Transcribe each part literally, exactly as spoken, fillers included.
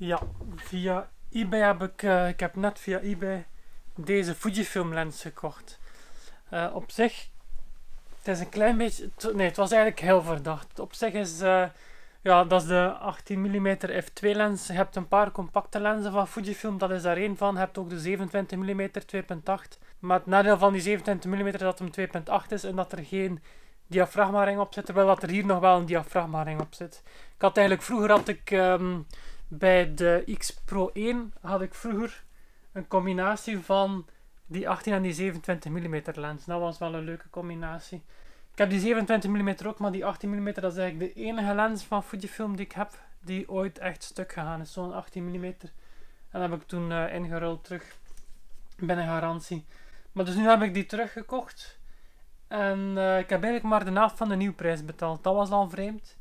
Ja, via eBay heb ik, uh, ik heb net via eBay deze Fujifilm lens gekocht. Uh, op zich, het is een klein beetje, nee, het was eigenlijk heel verdacht. Op zich is, uh, ja, dat is de achttien millimeter f twee lens. Je hebt een paar compacte lenzen van Fujifilm, dat is daar één van. Je hebt ook de zevenentwintig millimeter twee komma acht. Maar het nadeel van die zevenentwintig millimeter is dat hem twee komma acht is en dat er geen diafragma ring op zit, terwijl dat er hier nog wel een diafragma ring op zit. Ik had eigenlijk, vroeger had ik... Um, Bij de X Pro één had ik vroeger een combinatie van die achttien en die zevenentwintig millimeter lens. Dat was wel een leuke combinatie. Ik heb die zevenentwintig millimeter ook, maar die achttien millimeter dat is eigenlijk de enige lens van Fujifilm die ik heb die ooit echt stuk gegaan is. Zo'n achttien millimeter. En dat heb ik toen uh, ingeruild terug binnen garantie. Maar dus nu heb ik die teruggekocht. En uh, ik heb eigenlijk maar de helft van de nieuwprijs betaald. Dat was al vreemd.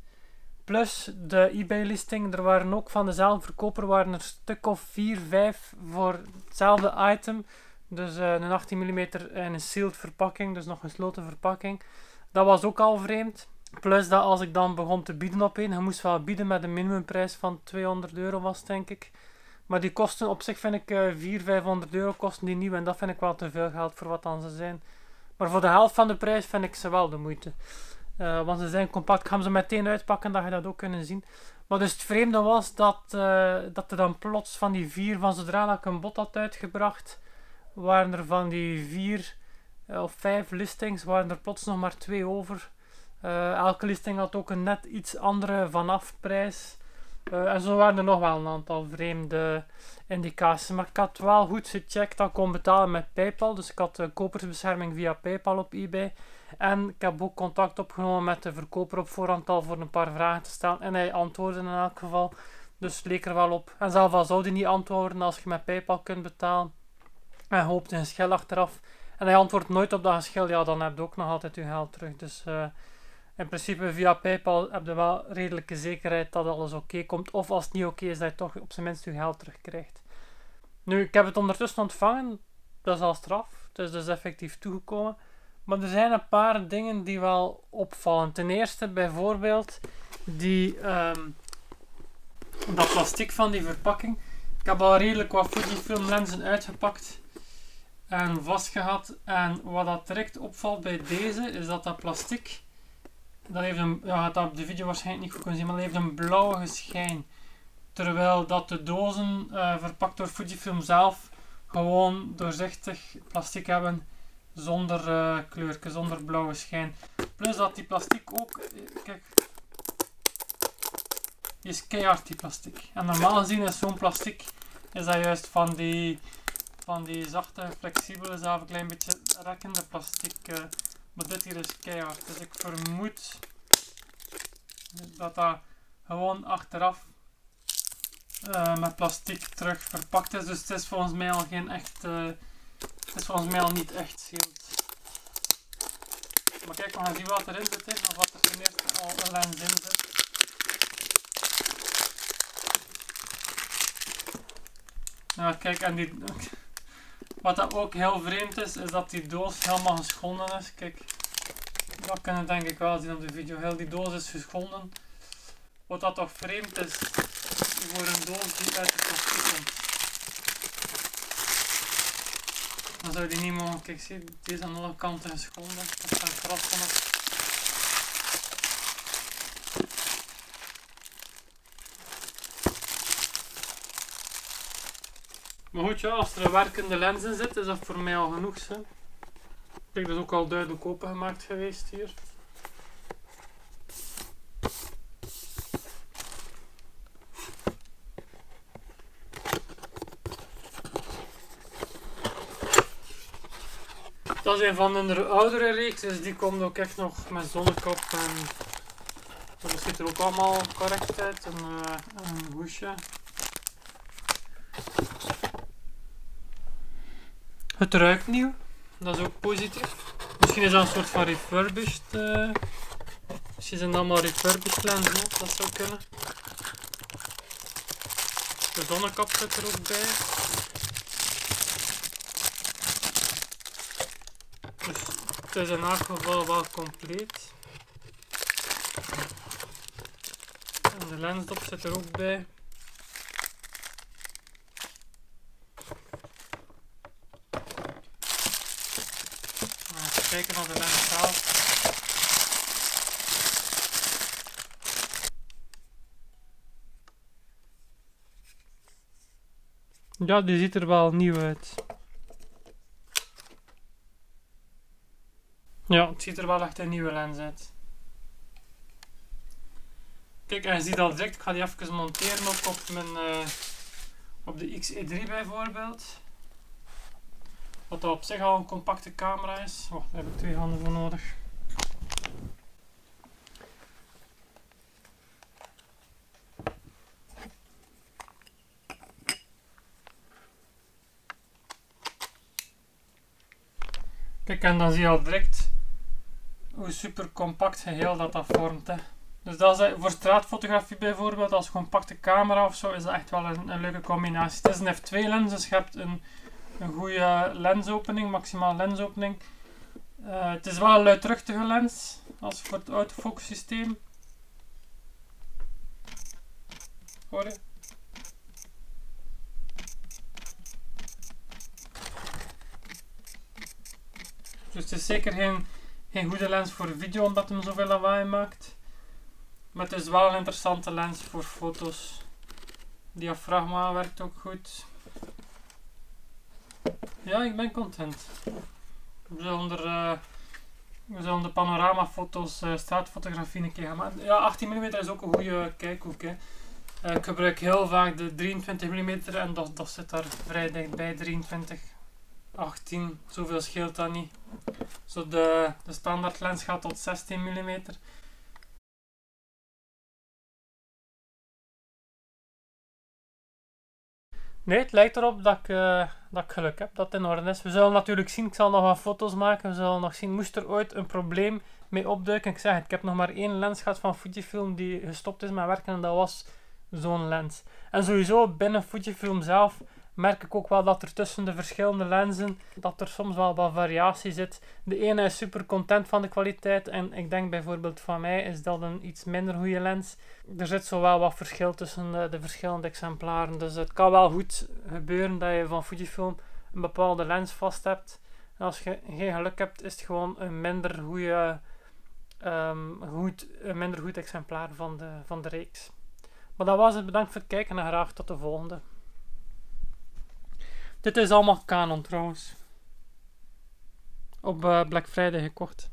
Plus de eBay-listing, er waren ook van dezelfde verkoper waren er een stuk of vier, vijf voor hetzelfde item. Dus uh, een achttien millimeter en een sealed verpakking, dus nog een gesloten verpakking. Dat was ook al vreemd. Plus dat als ik dan begon te bieden op één, je moest wel bieden met een minimumprijs van tweehonderd euro was, denk ik. Maar die kosten op zich vind ik uh, vierhonderd, vijfhonderd euro kosten die nieuw en dat vind ik wel te veel geld voor wat dan ze zijn. Maar voor de helft van de prijs vind ik ze wel de moeite. Uh, want ze zijn compact. Ik ga ze meteen uitpakken, dat je dat ook kunnen zien. Maar dus het vreemde was dat, uh, dat er dan plots van die vier, van zodra dat ik een bod had uitgebracht, waren er van die vier uh, of vijf listings, waren er plots nog maar twee over. Uh, elke listing had ook een net iets andere vanafprijs. Uh, en zo waren er nog wel een aantal vreemde indicaties. Maar ik had wel goed gecheckt dat ik kon betalen met PayPal. Dus ik had uh, kopersbescherming via PayPal op eBay. En ik heb ook contact opgenomen met de verkoper op voorhand al voor een paar vragen te stellen. En hij antwoordde in elk geval. Dus het leek er wel op. En zelfs al zou hij niet antwoorden als je met PayPal kunt betalen. En hoopt een geschil achteraf. En hij antwoordt nooit op dat geschil. Ja, dan heb je ook nog altijd je geld terug. Dus uh, in principe via PayPal heb je wel redelijke zekerheid dat alles oké okay komt. Of als het niet oké okay is, dat je toch op zijn minst je geld terugkrijgt. Nu, ik heb het ondertussen ontvangen. Dat is al straf. Het is dus effectief toegekomen. Maar er zijn een paar dingen die wel opvallen. Ten eerste bijvoorbeeld die, um, dat plastic van die verpakking. Ik heb al redelijk wat Fujifilm lenzen uitgepakt en vastgehad. En wat dat direct opvalt bij deze is dat dat plastic, dat heeft een, ja, dat op de video waarschijnlijk niet goed kunnen zien, maar dat heeft een blauwe schijn. Terwijl dat de dozen uh, verpakt door Fujifilm zelf gewoon doorzichtig plastic hebben. Zonder uh, kleurke, zonder blauwe schijn. Plus dat die plastic ook... Kijk. Die is keihard die plastic. En normaal gezien is zo'n plastic... Is dat juist van die... Van die zachte, flexibele, zelf een klein beetje rekkende plastic. Uh, maar dit hier is keihard. Dus ik vermoed... Dat dat gewoon achteraf... Uh, met plastic terug verpakt is. Dus het is volgens mij al geen echt... Uh, Het is volgens mij al niet echt sealed. Maar kijk, we gaan zien wat erin zit. He. Of wat er ten eerste al een lens in zit. Ja, kijk, en die... Wat dat ook heel vreemd is, is dat die doos helemaal geschonden is. Kijk, dat kunnen we denk ik wel zien op de video. Heel die doos is geschonden. Wat dat toch vreemd is, voor een doos die uit de plastic komt. Dan zou je die niet mogen, kijk zie, die is aan alle kanten geschonden, dat zijn krassen op. Maar goed ja, als er een werkende lens in zit, is dat voor mij al genoeg. Hè. Kijk, dat is ook al duidelijk opengemaakt geweest hier. Dat is een van de oudere reeks, dus die komt ook echt nog met zonnekop en dat ziet er ook allemaal correct uit. En uh, een hoesje. Het ruikt nieuw, dat is ook positief. Misschien is dat een soort van refurbished. Uh, misschien zijn het allemaal refurbished lenzen, dat zou kunnen. De zonnekop zit er ook bij. Dus het is in elk geval wel compleet. En de lensdop zit er ook bij. kijken naar de lens zelf. Ja, die ziet er wel nieuw uit. Ja, het ziet er wel echt een nieuwe lens uit. Kijk, en je ziet al direct, ik ga die even monteren ook op mijn uh, op de X E drie bijvoorbeeld. Wat dat op zich al een compacte camera is. Wacht, daar heb ik twee handen voor nodig. Kijk, en dan zie je al direct hoe super compact geheel dat dat vormt. Hè. Dus dat is voor straatfotografie bijvoorbeeld, als compacte camera of zo, is dat echt wel een, een leuke combinatie. Het is een F twee lens, dus je hebt een, een goede lensopening, maximaal lensopening. Uh, het is wel een luidruchtige lens, als voor het autofocus systeem. Hoor je? Dus het is zeker geen, geen goede lens voor video, omdat hem zoveel lawaai maakt. Maar het is wel een interessante lens voor foto's. Diafragma werkt ook goed. Ja, ik ben content. We zullen, er, uh, we zullen de panoramafoto's, uh, straatfotografie een keer gaan maken. Ja, achttien millimeter is ook een goede kijkhoek. Hè. Uh, ik gebruik heel vaak de drieëntwintig millimeter en dat, dat zit daar vrij dichtbij, drieëntwintig, achttien, zoveel scheelt dat niet. Zo de, de standaard lens gaat tot zestien millimeter. Nee, het lijkt erop dat ik, uh, dat ik geluk heb, dat het in orde is. We zullen natuurlijk zien, ik zal nog wat foto's maken, we zullen nog zien, moest er ooit een probleem mee opduiken. Ik zeg het, ik heb nog maar één lens gehad van Fujifilm die gestopt is met werken en dat was zo'n lens. En sowieso binnen Fujifilm zelf merk ik ook wel dat er tussen de verschillende lenzen, dat er soms wel wat variatie zit. De ene is super content van de kwaliteit en ik denk bijvoorbeeld van mij is dat een iets minder goede lens. Er zit zo wel wat verschil tussen de, de verschillende exemplaren, dus het kan wel goed gebeuren dat je van Fujifilm een bepaalde lens vast hebt. En als je geen geluk hebt, is het gewoon een minder goede, um, goed, een minder goed exemplaar van de, van de reeks. Maar dat was het, bedankt voor het kijken en graag tot de volgende. Dit is allemaal Canon trouwens. Op uh, Black Friday gekocht.